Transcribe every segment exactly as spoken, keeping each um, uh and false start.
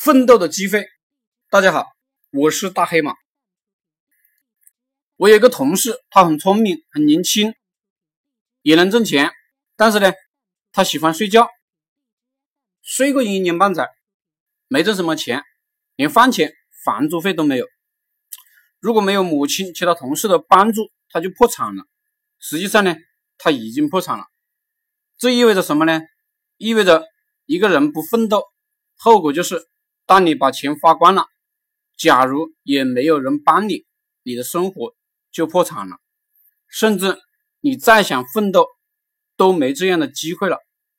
奋斗的机会。大家好，我是大黑马。我有一个同事，他很聪明，很年轻，也能挣钱，但是呢，他喜欢睡觉，睡个一年半载，没挣什么钱，连饭钱、房租费都没有。如果没有母亲其他同事的帮助，他就破产了。实际上呢，他已经破产了。这意味着什么呢？意味着一个人不奋斗，后果就是当你把钱花光了，假如也没有人帮你，你的生活就破产了，甚至你再想奋斗都没这样的机会了。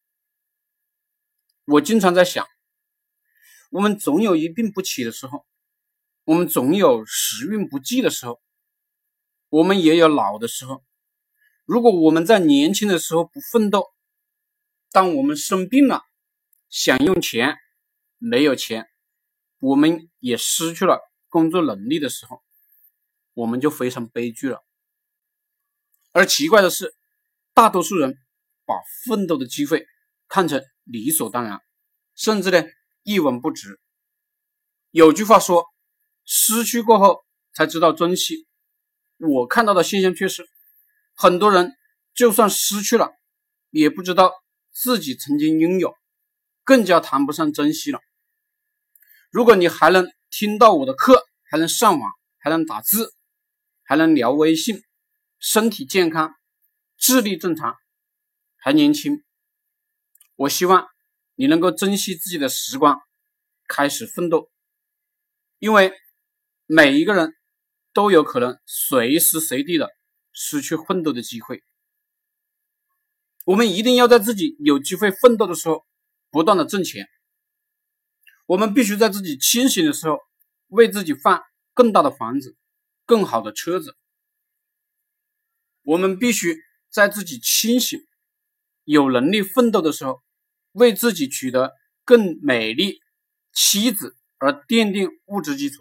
我经常在想，我们总有一病不起的时候，我们总有时运不济的时候，我们也有老的时候。如果我们在年轻的时候不奋斗，当我们生病了，想用钱没有钱，我们也失去了工作能力的时候，我们就非常悲剧了。而奇怪的是，大多数人把奋斗的机会看成理所当然，甚至呢一文不值。有句话说，失去过后才知道珍惜。我看到的现象却是，很多人就算失去了，也不知道自己曾经拥有，更加谈不上珍惜了。如果你还能听到我的课，还能上网，还能打字，还能聊微信，身体健康，智力正常，还年轻，我希望你能够珍惜自己的时光，开始奋斗。因为每一个人都有可能随时随地的失去奋斗的机会。我们一定要在自己有机会奋斗的时候不断的挣钱。我们必须在自己清醒的时候为自己换更大的房子，更好的车子。我们必须在自己清醒有能力奋斗的时候为自己取得更美丽妻子而奠定物质基础。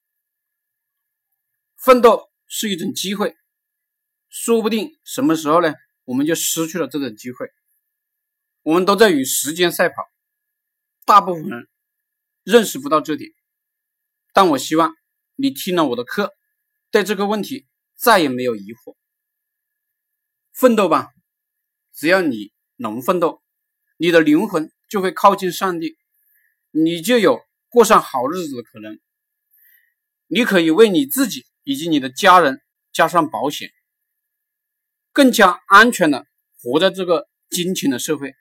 奋斗是一种机会，说不定什么时候呢我们就失去了这种机会。我们都在与时间赛跑，大部分人认识不到这点，但我希望你听了我的课，对这个问题再也没有疑惑。奋斗吧，只要你能奋斗，你的灵魂就会靠近上帝，你就有过上好日子的可能。你可以为你自己以及你的家人加上保险，更加安全的活在这个金钱的社会。